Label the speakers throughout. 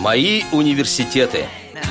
Speaker 1: Мои университеты.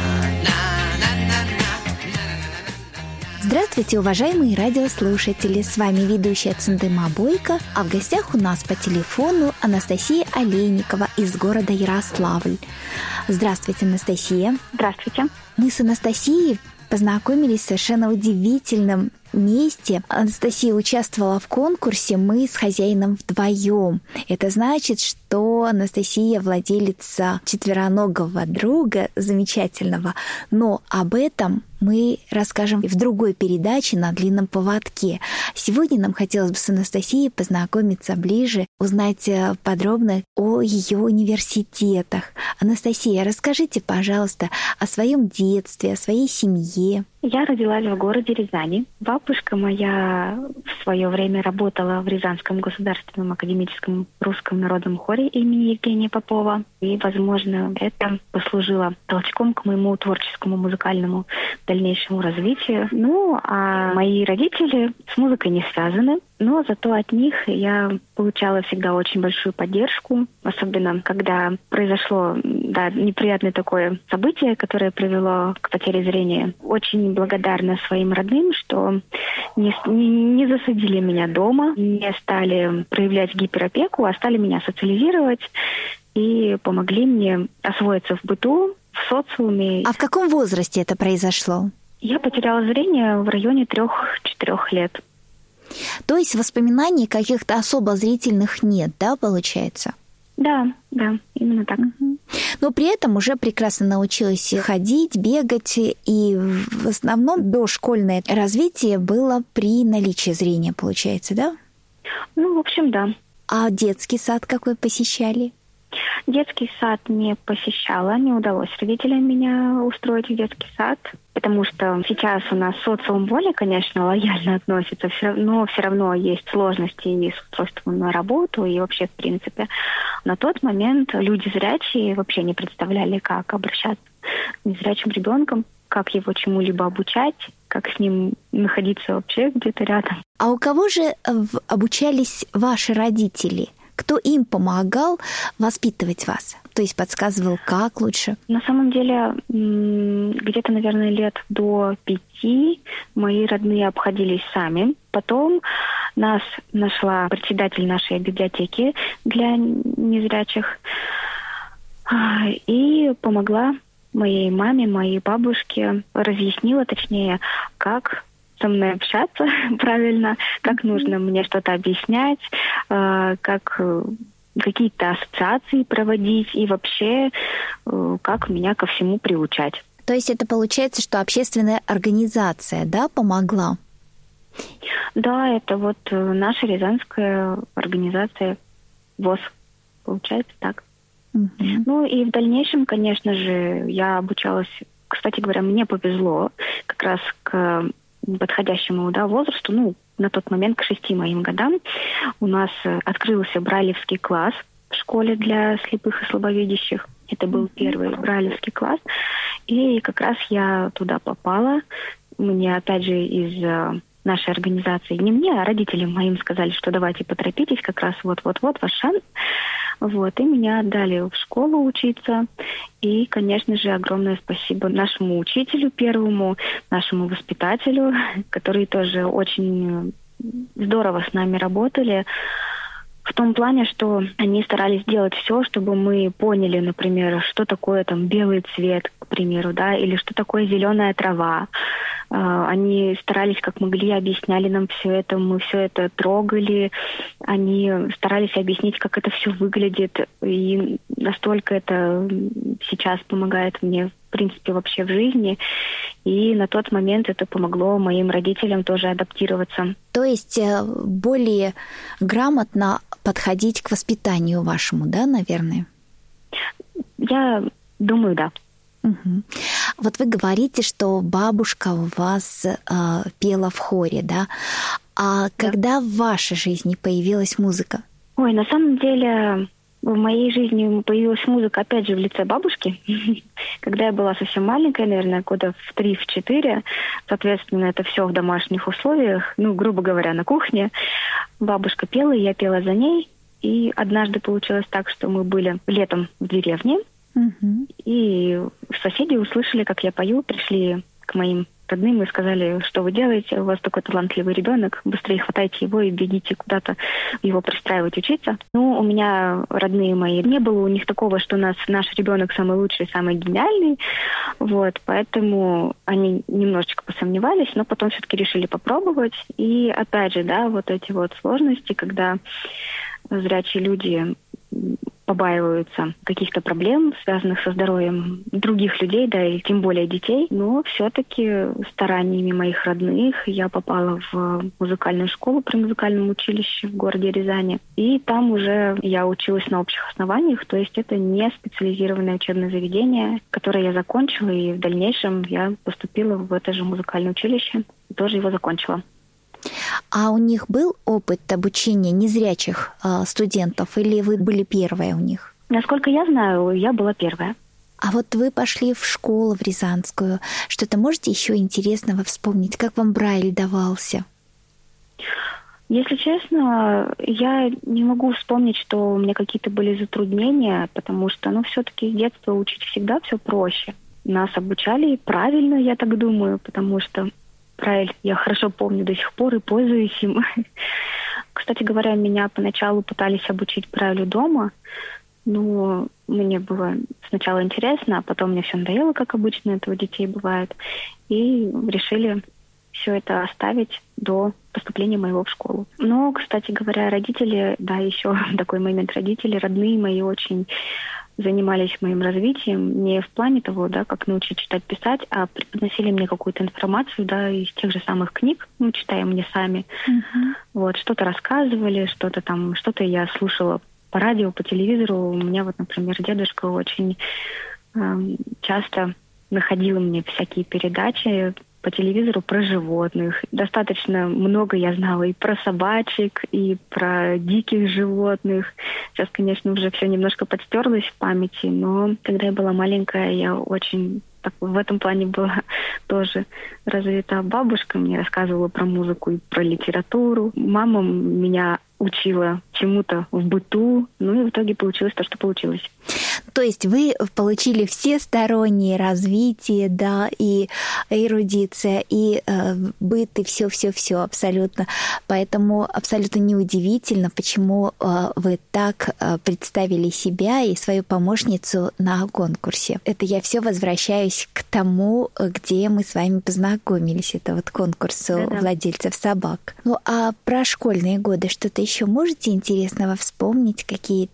Speaker 2: Здравствуйте, уважаемые радиослушатели! С вами ведущая Цундыма Бойко, а в гостях у нас по телефону Анастасия Олейникова из города Ярославль. Здравствуйте, Анастасия!
Speaker 3: Здравствуйте!
Speaker 2: Мы с Анастасией познакомились в совершенно удивительном месте. Анастасия участвовала в конкурсе «Мы с хозяином вдвоем». Это значит, что Анастасия владелица четвероногого друга замечательного. Но об этом мы расскажем в другой передаче «На длинном поводке». Сегодня нам хотелось бы с Анастасией познакомиться ближе, узнать подробно о ее университетах. Анастасия, расскажите, пожалуйста, о своем детстве, о своей семье.
Speaker 3: Я родилась в городе Рязани. Бабушка моя в свое время работала в Рязанском государственном академическом русском народном хоре имени Евгения Попова. И, возможно, это послужило толчком к моему творческому музыкальному дальнейшему развитию. Ну, а мои родители с музыкой не связаны, но зато от них я получала всегда очень большую поддержку, особенно когда произошло неприятное такое событие, которое привело к потере зрения. Очень благодарна своим родным, что не засадили меня дома, не стали проявлять гиперопеку, а стали меня социализировать и помогли мне освоиться в быту, в социуме.
Speaker 2: А в каком возрасте это произошло?
Speaker 3: Я потеряла зрение в районе 3-4 лет.
Speaker 2: То есть воспоминаний каких-то особо зрительных нет, да, получается?
Speaker 3: Да, именно так.
Speaker 2: Но при этом уже прекрасно научилась ходить, бегать, и в основном дошкольное развитие было при наличии зрения, получается, да?
Speaker 3: Ну, в общем, да.
Speaker 2: А детский сад какой посещали?
Speaker 3: Детский сад не посещала, не удалось родителям меня устроить в детский сад, потому что сейчас у нас социум более, конечно, лояльно относится, но все равно есть сложности и с устройством на работу, и вообще, в принципе. На тот момент люди зрячие вообще не представляли, как обращаться с незрячим ребенком, как его чему-либо обучать, как с ним находиться вообще где-то рядом.
Speaker 2: А у кого же обучались ваши родители? Кто им помогал воспитывать вас? То есть подсказывал, как лучше?
Speaker 3: На самом деле, где-то, наверное, лет до 5 мои родные обходились сами. Потом нас нашла председатель нашей библиотеки для незрячих и помогла моей маме, моей бабушке, разъяснила, точнее, как со мной общаться правильно, как нужно мне что-то объяснять, как какие-то ассоциации проводить и вообще как меня ко всему приучать.
Speaker 2: То есть это получается, что общественная организация, да, помогла?
Speaker 3: Да, это вот наша рязанская организация ВОС, получается так. Ну и в дальнейшем, конечно же, я обучалась, кстати говоря, мне повезло как раз к подходящему возрасту, на тот момент к 6 моим годам у нас открылся брайлевский класс в школе для слепых и слабовидящих. Это был первый брайлевский класс. И как раз я туда попала. Мне, опять же, из нашей организации, не мне, а родителям моим сказали, что давайте поторопитесь, как раз вот-вот-вот ваш шанс. И меня отдали в школу учиться. И, конечно же, огромное спасибо нашему учителю первому, нашему воспитателю, которые тоже очень здорово с нами работали. В том плане, что они старались делать все, чтобы мы поняли, например, что такое белый цвет, к примеру, или что такое зеленая трава. Они старались как могли, объясняли нам все это, мы все это трогали. Они старались объяснить, как это все выглядит. И настолько это сейчас помогает мне, в принципе, вообще в жизни. И на тот момент это помогло моим родителям тоже адаптироваться.
Speaker 2: То есть более грамотно подходить к воспитанию вашему, да, наверное?
Speaker 3: Я думаю, да.
Speaker 2: Угу. Вот вы говорите, что бабушка у вас пела в хоре, да? А когда в вашей жизни появилась музыка?
Speaker 3: Ой, на самом деле в моей жизни появилась музыка, опять же, в лице бабушки. Когда я была совсем маленькая, наверное, года в 3-4, соответственно, это все в домашних условиях, грубо говоря, на кухне. Бабушка пела, и я пела за ней. И однажды получилось так, что мы были летом в деревне, И соседи услышали, как я пою, пришли к моим родным и сказали, что вы делаете, у вас такой талантливый ребенок, быстрее хватайте его и бегите куда-то его пристраивать учиться. Ну, у меня родные мои, не было у них такого, что наш ребенок самый лучший, самый гениальный, вот, поэтому они немножечко посомневались, но потом все-таки решили попробовать. И опять же, да, вот эти вот сложности, когда зрячие люди побаиваются каких-то проблем, связанных со здоровьем других людей, да, и тем более детей. Но все-таки стараниями моих родных я попала в музыкальную школу при музыкальном училище в городе Рязани. И там уже я училась на общих основаниях, то есть это не специализированное учебное заведение, которое я закончила, и в дальнейшем я поступила в это же музыкальное училище и тоже его закончила.
Speaker 2: А у них был опыт обучения незрячих студентов, или вы были первая у них?
Speaker 3: Насколько я знаю, я была первая.
Speaker 2: А вот вы пошли в школу в Рязанскую. Что-то можете еще интересного вспомнить? Как вам Брайль давался?
Speaker 3: Если честно, я не могу вспомнить, что у меня какие-то были затруднения, потому что, все-таки с детства учить всегда все проще. Нас обучали правильно, я так думаю, потому что Брайль я хорошо помню до сих пор и пользуюсь им. Кстати говоря, меня поначалу пытались обучить Брайлю дома, но мне было сначала интересно, а потом мне все надоело, как обычно это у детей бывает, и решили все это оставить до поступления моего в школу. Но, кстати говоря, родители, да, еще такой момент, родители, родные мои очень занимались моим развитием не в плане того, да, как научить читать, писать, а преподносили мне какую-то информацию, да, из тех же самых книг, читаем мне сами. Вот, что-то рассказывали, что-то я слушала по радио, по телевизору. У меня вот, например, дедушка очень часто находил мне всякие передачи по телевизору про животных. Достаточно много я знала и про собачек, и про диких животных. Сейчас, конечно, уже все немножко подстерлось в памяти, но когда я была маленькая, я очень в этом плане была тоже развита. Бабушка мне рассказывала про музыку и про литературу. Мама меня учила чему-то в быту, и в итоге получилось то, что получилось.
Speaker 2: То есть вы получили всестороннее развитие, да, и эрудиция, и быт, и все абсолютно. Поэтому абсолютно неудивительно, почему вы так представили себя и свою помощницу на конкурсе. Это я все возвращаюсь к тому, где мы с вами познакомились. Это вот конкурс владельцев собак. Ну, а про школьные годы что-то еще можете интересного вспомнить?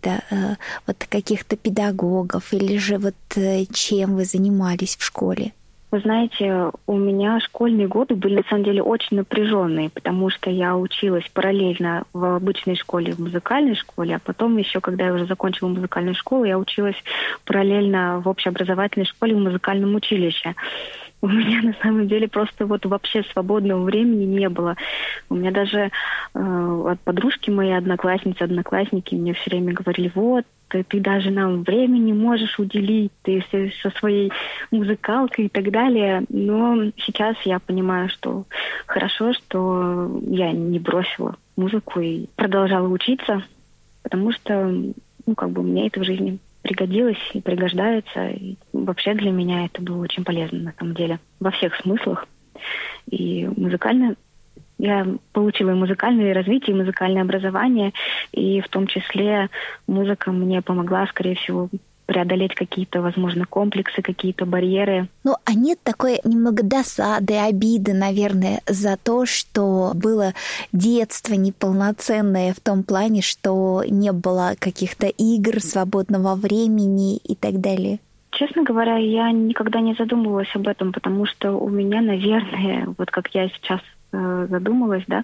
Speaker 2: Каких-то педагогов, или же чем вы занимались в школе?
Speaker 3: Вы знаете, у меня школьные годы были на самом деле очень напряженные, потому что я училась параллельно в обычной школе, в музыкальной школе, а потом еще, когда я уже закончила музыкальную школу, я училась параллельно в общеобразовательной школе в музыкальном училище. У меня на самом деле просто вообще свободного времени не было. У меня даже от подружки моей одноклассники мне все время говорили, ты даже нам времени можешь уделить, ты со своей музыкалкой и так далее. Но сейчас я понимаю, что хорошо, что я не бросила музыку и продолжала учиться, потому что, мне это в жизни пригодилось и пригождается. И вообще для меня это было очень полезно, на самом деле, во всех смыслах. И музыкально я получила и музыкальное развитие, и музыкальное образование, и в том числе музыка мне помогла, скорее всего, преодолеть какие-то, возможно, комплексы, какие-то барьеры.
Speaker 2: А нет такой немного досады, обиды, наверное, за то, что было детство неполноценное в том плане, что не было каких-то игр, свободного времени и так далее?
Speaker 3: Честно говоря, я никогда не задумывалась об этом, потому что у меня, наверное, как я сейчас задумалась, да,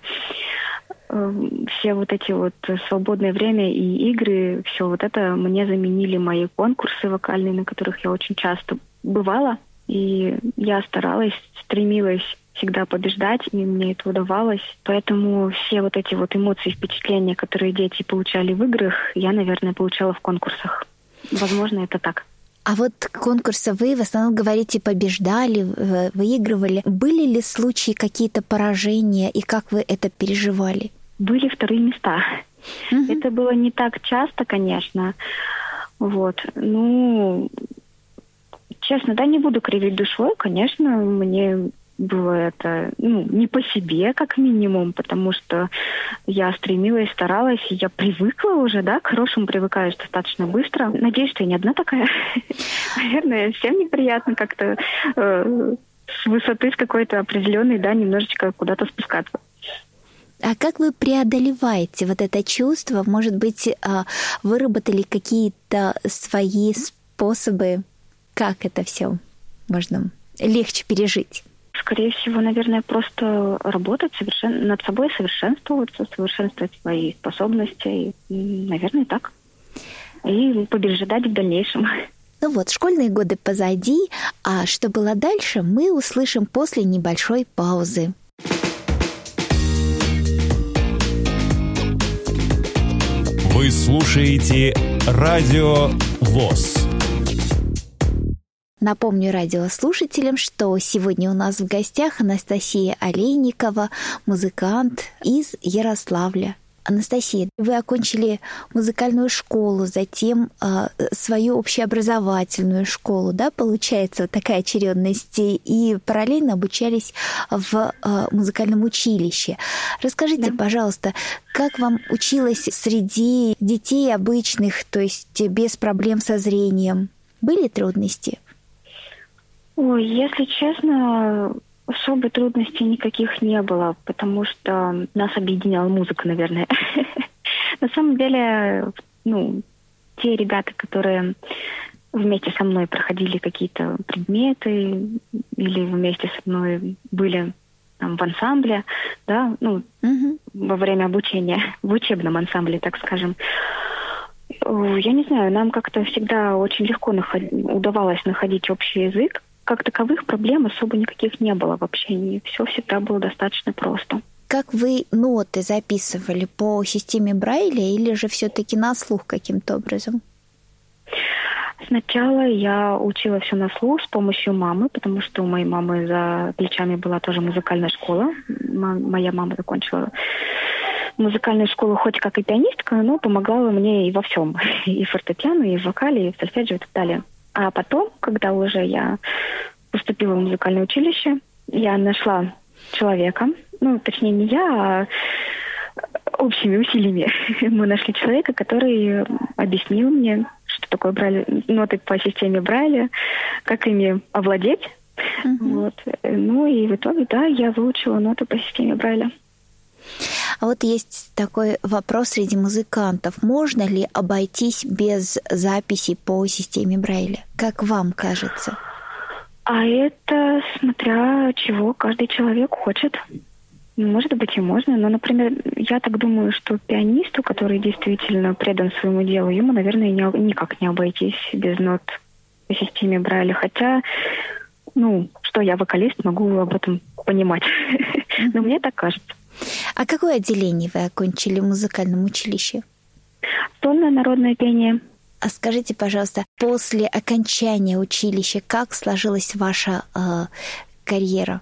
Speaker 3: все эти свободное время и игры, все это мне заменили мои конкурсы вокальные, на которых я очень часто бывала. И я стремилась всегда побеждать, и мне это удавалось. Поэтому все эти эмоции, впечатления, которые дети получали в играх, я, наверное, получала в конкурсах. Возможно, это так.
Speaker 2: А конкурсы вы в основном говорите побеждали, выигрывали. Были ли случаи какие-то поражения, и как вы это переживали?
Speaker 3: Были вторые места. Это было не так часто, конечно. Вот. Ну, честно, да, не буду кривить душой. Конечно, мне было это, не по себе, как минимум, потому что я стремилась, старалась, и я привыкла уже, да, к хорошему привыкаешь достаточно быстро. Надеюсь, что я не одна такая. Наверное, всем неприятно как-то с высоты, с какой-то определенной, да, немножечко куда-то спускаться.
Speaker 2: А как вы преодолеваете вот это чувство? Может быть, выработали какие-то свои способы, как это все можно легче пережить?
Speaker 3: Скорее всего, наверное, просто работать над собой, совершенствоваться, совершенствовать свои способности. Наверное, так. И побеждать в дальнейшем.
Speaker 2: Ну вот, школьные годы позади, а что было дальше, мы услышим после небольшой паузы.
Speaker 4: Вы слушаете Радио ВОС.
Speaker 2: Напомню радиослушателям, что сегодня у нас в гостях Анастасия Олейникова, музыкант из Ярославля. Анастасия, вы окончили музыкальную школу, затем свою общеобразовательную школу, да, получается, вот такая очередность, и параллельно обучались в музыкальном училище. Расскажите, пожалуйста, как вам училось среди детей обычных, то есть без проблем со зрением? Были трудности?
Speaker 3: Ой, если честно, особой трудностей никаких не было, потому что нас объединяла музыка, наверное. На самом деле, те ребята, которые вместе со мной проходили какие-то предметы или вместе со мной были в ансамбле, да, во время обучения, в учебном ансамбле, так скажем, я не знаю, нам как-то всегда очень легко удавалось находить общий язык. Как таковых проблем особо никаких не было в общении. Все всегда было достаточно просто.
Speaker 2: Как вы ноты записывали, по системе Брайля или же все-таки на слух каким-то образом?
Speaker 3: Сначала я учила все на слух с помощью мамы, потому что у моей мамы за плечами была тоже музыкальная школа. Моя мама закончила музыкальную школу хоть как и пианистка, но помогала мне и во всем. И в фортепиано, и в вокале, и в сольфеджио и так далее. А потом, когда уже я поступила в музыкальное училище, я нашла человека, точнее не я, а общими усилиями мы нашли человека, который объяснил мне, что такое Брайль, ноты по системе Брайля, как ими овладеть. Вот. Ну и в итоге, да, я выучила ноты по системе Брайля.
Speaker 2: А вот есть такой вопрос среди музыкантов. Можно ли обойтись без записи по системе Брайля? Как вам кажется?
Speaker 3: А это смотря чего каждый человек хочет. Может быть и можно, но, например, я так думаю, что пианисту, который действительно предан своему делу, ему, наверное, никак не обойтись без нот по системе Брайля. Хотя, что я вокалист, могу об этом понимать. Но мне так кажется.
Speaker 2: А какое отделение вы окончили в музыкальном училище?
Speaker 3: Сольное народное пение.
Speaker 2: А скажите, пожалуйста, после окончания училища, как сложилась ваша карьера?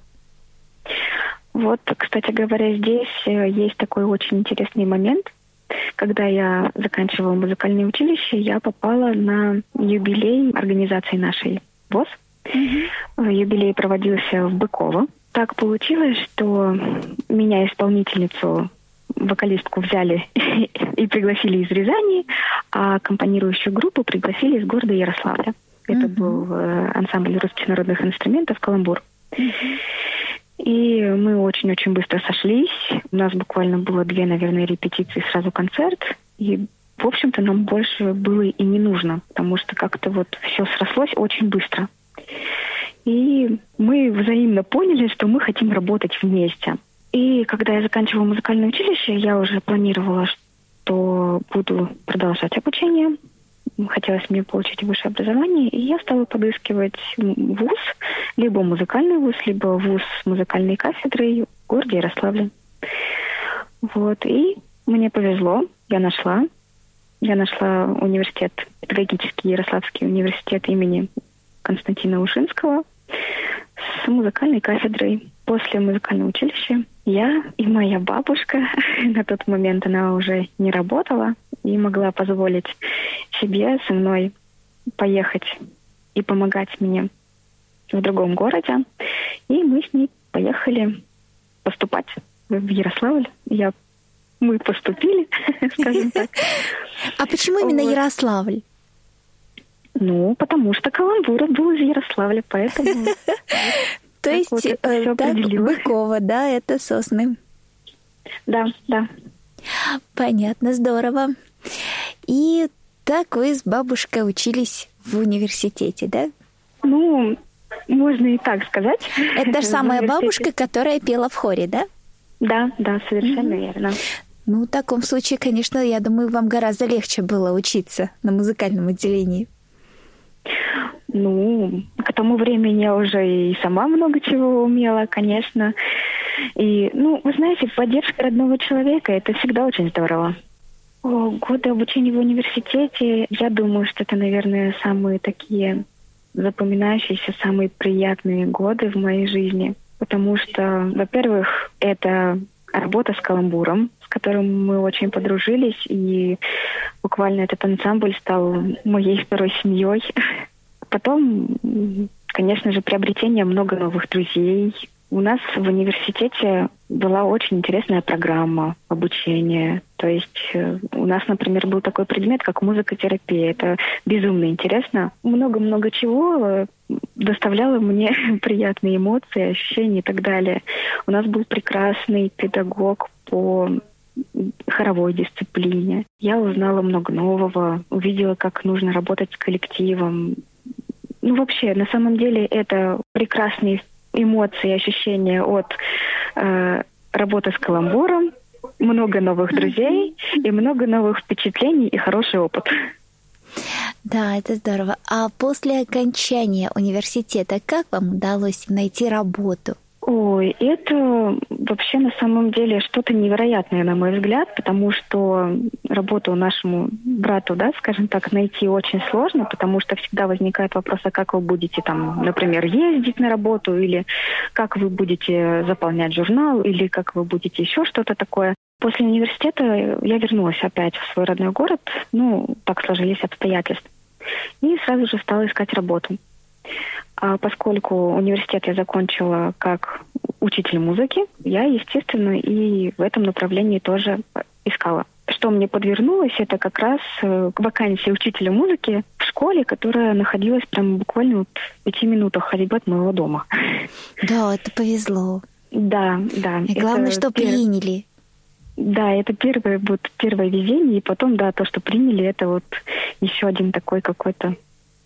Speaker 3: Вот, кстати говоря, здесь есть такой очень интересный момент. Когда я заканчивала музыкальное училище, я попала на юбилей организации нашей ВОС. Юбилей проводился в Быково. Так получилось, что меня, исполнительницу, вокалистку, взяли и пригласили из Рязани, а аккомпанирующую группу пригласили из города Ярославля. Это был ансамбль русских народных инструментов «Каламбур». И мы очень-очень быстро сошлись. У нас буквально было 2, наверное, репетиции, сразу концерт. И, в общем-то, нам больше было и не нужно, потому что как-то вот все срослось очень быстро. И мы взаимно поняли, что мы хотим работать вместе. И когда я заканчивала музыкальное училище, я уже планировала, что буду продолжать обучение. Хотелось мне получить высшее образование, и я стала подыскивать вуз, либо музыкальный вуз, либо вуз с музыкальной кафедрой в городе Ярославле. Вот. И мне повезло, я нашла университет, педагогический Ярославский университет имени Константина Ушинского с музыкальной кафедрой. После музыкального училища я и моя бабушка, на тот момент она уже не работала, и могла позволить себе со мной поехать и помогать мне в другом городе. И мы с ней поехали поступать в Ярославль. Мы поступили, скажем так.
Speaker 2: А почему именно Ярославль?
Speaker 3: Ну, потому что каламбур был из Ярославля, поэтому...
Speaker 2: То есть Быкова, да, это сосны.
Speaker 3: Да.
Speaker 2: Понятно, здорово. И так вы с бабушкой учились в университете, да?
Speaker 3: Ну, можно и так сказать.
Speaker 2: Это же самая бабушка, которая пела в хоре, да?
Speaker 3: Да, совершенно верно.
Speaker 2: Ну, в таком случае, конечно, я думаю, вам гораздо легче было учиться на музыкальном отделении.
Speaker 3: Ну, к тому времени я уже и сама много чего умела, конечно. И, вы знаете, поддержка родного человека – это всегда очень здорово. Годы обучения в университете, я думаю, что это, наверное, самые такие запоминающиеся, самые приятные годы в моей жизни. Потому что, во-первых, это работа с каламбуром, с которым мы очень подружились, и буквально этот ансамбль стал моей второй семьей. Потом, конечно же, приобретение много новых друзей. У нас в университете была очень интересная программа обучения. То есть у нас, например, был такой предмет, как музыкотерапия. Это безумно интересно. Много-много чего доставляло мне приятные эмоции, ощущения и так далее. У нас был прекрасный педагог по хоровой дисциплине. Я узнала много нового, увидела, как нужно работать с коллективом. Вообще, на самом деле, это прекрасные эмоции, ощущения от работы с каламбуром, много новых друзей и много новых впечатлений и хороший опыт.
Speaker 2: Да, это здорово. А после окончания университета как вам удалось найти работу?
Speaker 3: Ой, это вообще на самом деле что-то невероятное, на мой взгляд, потому что работу нашему брату, скажем так, найти очень сложно, потому что всегда возникает вопрос, а как вы будете например, ездить на работу, или как вы будете заполнять журнал, или как вы будете еще что-то такое. После университета я вернулась опять в свой родной город, так сложились обстоятельства, и сразу же стала искать работу. А поскольку университет я закончила как учитель музыки, я, естественно, и в этом направлении тоже искала. Что мне подвернулось, это как раз вакансия учителя музыки в школе, которая находилась прям буквально в 5 минутах ходьбы от моего дома.
Speaker 2: Да, это повезло.
Speaker 3: Да.
Speaker 2: И главное, что приняли.
Speaker 3: Да, это первое везение, и потом, то, что приняли, это еще один такой какой-то,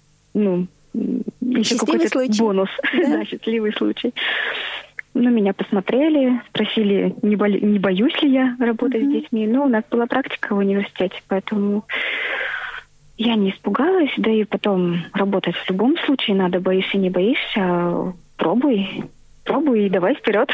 Speaker 3: еще какой-то
Speaker 2: случай.
Speaker 3: Бонус. Да, счастливый случай. Меня посмотрели, спросили, не боюсь ли я работать с детьми. У нас была практика в университете, поэтому я не испугалась. Да и потом работать в любом случае надо, боишься, не боишься, пробуй и давай вперед.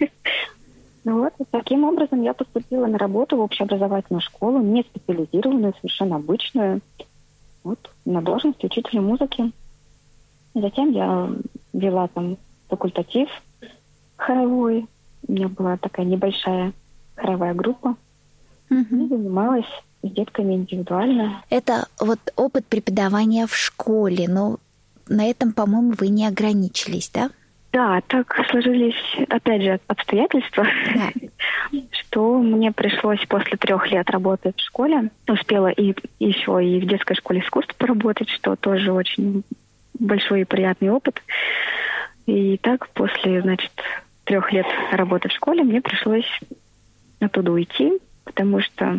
Speaker 3: Таким образом я поступила на работу в общеобразовательную школу, не специализированную, совершенно обычную, на должность учителя музыки. Затем я вела факультатив хоровой. У меня была такая небольшая хоровая группа. И занималась с детками индивидуально.
Speaker 2: Это опыт преподавания в школе, но на этом, по-моему, вы не ограничились, да?
Speaker 3: Да, так сложились, опять же, обстоятельства, что мне пришлось после 3 лет работать в школе. Успела и еще и в детской школе искусств поработать, что тоже очень большой и приятный опыт. И так после, 3 лет работы в школе мне пришлось оттуда уйти, потому что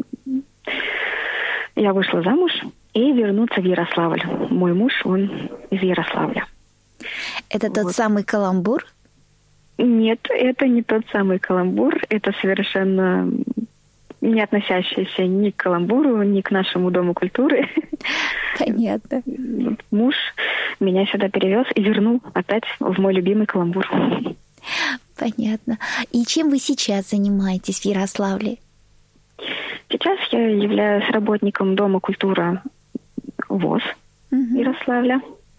Speaker 3: я вышла замуж и вернуться в Ярославль. Мой муж, он из Ярославля.
Speaker 2: Это тот самый каламбур?
Speaker 3: Нет, это не тот самый каламбур. Это совершенно не относящийся ни к каламбуру, ни к нашему Дому культуры.
Speaker 2: Понятно.
Speaker 3: Муж меня сюда перевез и вернул опять в мой любимый каламбур.
Speaker 2: Понятно. И чем вы сейчас занимаетесь в Ярославле?
Speaker 3: Сейчас я являюсь работником Дома культуры ВОС Ярославля.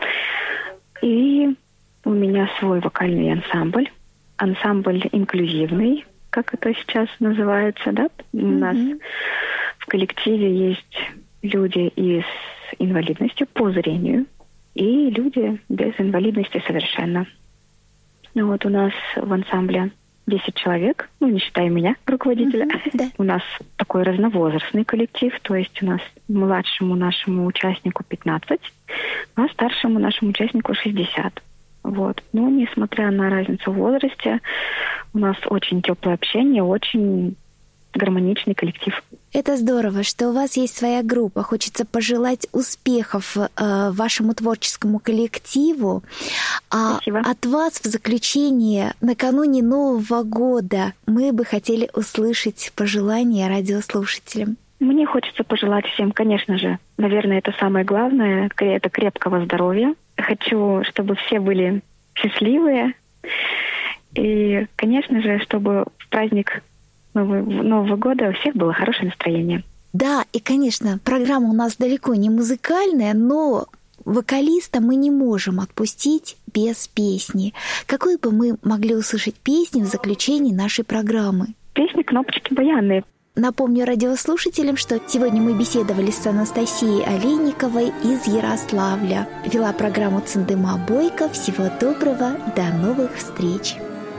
Speaker 3: И у меня свой вокальный ансамбль. Ансамбль инклюзивный, как это сейчас называется, да? У нас в коллективе есть люди и с инвалидностью по зрению, и люди без инвалидности совершенно. Ну вот у нас в ансамбле 10 человек, не считая меня, руководителя.
Speaker 2: Да.
Speaker 3: У нас такой разновозрастный коллектив, то есть у нас младшему нашему участнику 15, а старшему нашему участнику 60. Вот. Но несмотря на разницу в возрасте, у нас очень теплое общение, очень гармоничный коллектив.
Speaker 2: Это здорово, что у вас есть своя группа. Хочется пожелать успехов вашему творческому коллективу.
Speaker 3: Спасибо.
Speaker 2: От вас в заключение, накануне Нового года, мы бы хотели услышать пожелания радиослушателям.
Speaker 3: Мне хочется пожелать всем, конечно же, наверное, это самое главное, это крепкого здоровья. Хочу, чтобы все были счастливые. И, конечно же, чтобы в праздник Нового года у всех было хорошее настроение.
Speaker 2: Да, и, конечно, программа у нас далеко не музыкальная, но вокалиста мы не можем отпустить без песни. Какую бы мы могли услышать песню в заключении нашей программы?
Speaker 3: Песни «Кнопочки баянные».
Speaker 2: Напомню радиослушателям, что сегодня мы беседовали с Анастасией Олейниковой из Ярославля. Вела программу Цендыма Бойко. Всего доброго, до новых встреч!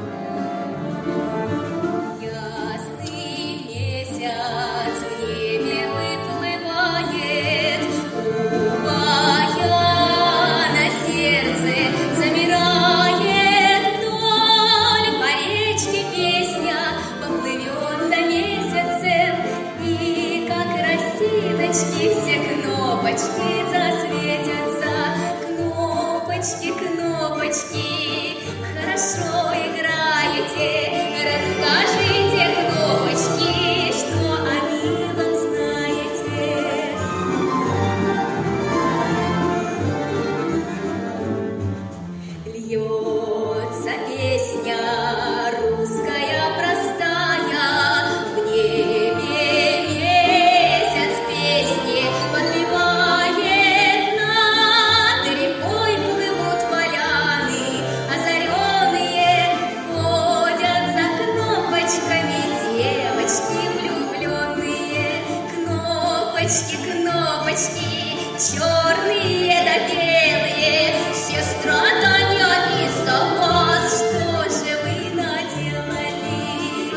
Speaker 5: Кнопочки, хорошо играете, расскажите, кнопочки, что о милом знаете. Льется песня русская простая, в небе месяц песни подливает, над рекой плывут поляны озаренные, ходят за кнопочками девочки влюбленные. Кнопочки, кнопочки, черные да белые, все страдания из-за вас, что же вы наделали?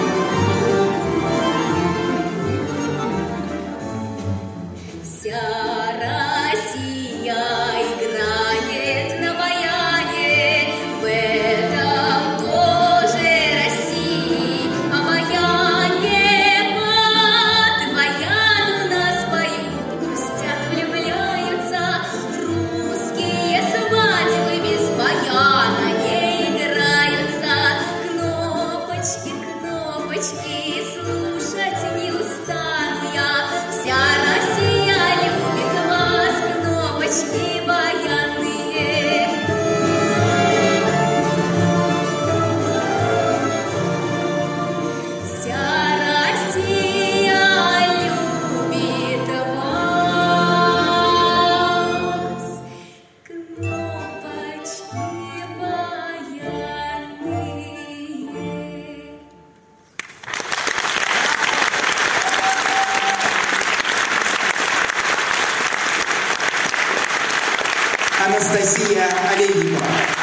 Speaker 5: Вся Россия играет на баяне, в этом тоже России, а баяне под баян у нас поют, грустят, влюбляются. Русские свадьбы без баяна не играются. Кнопочки, кнопочки, слушать не устану я. Вся Россия любит вас, кнопочки баянные. Вся Россия любит вас, кнопочки баянные.
Speaker 6: Анастасия Олейникова.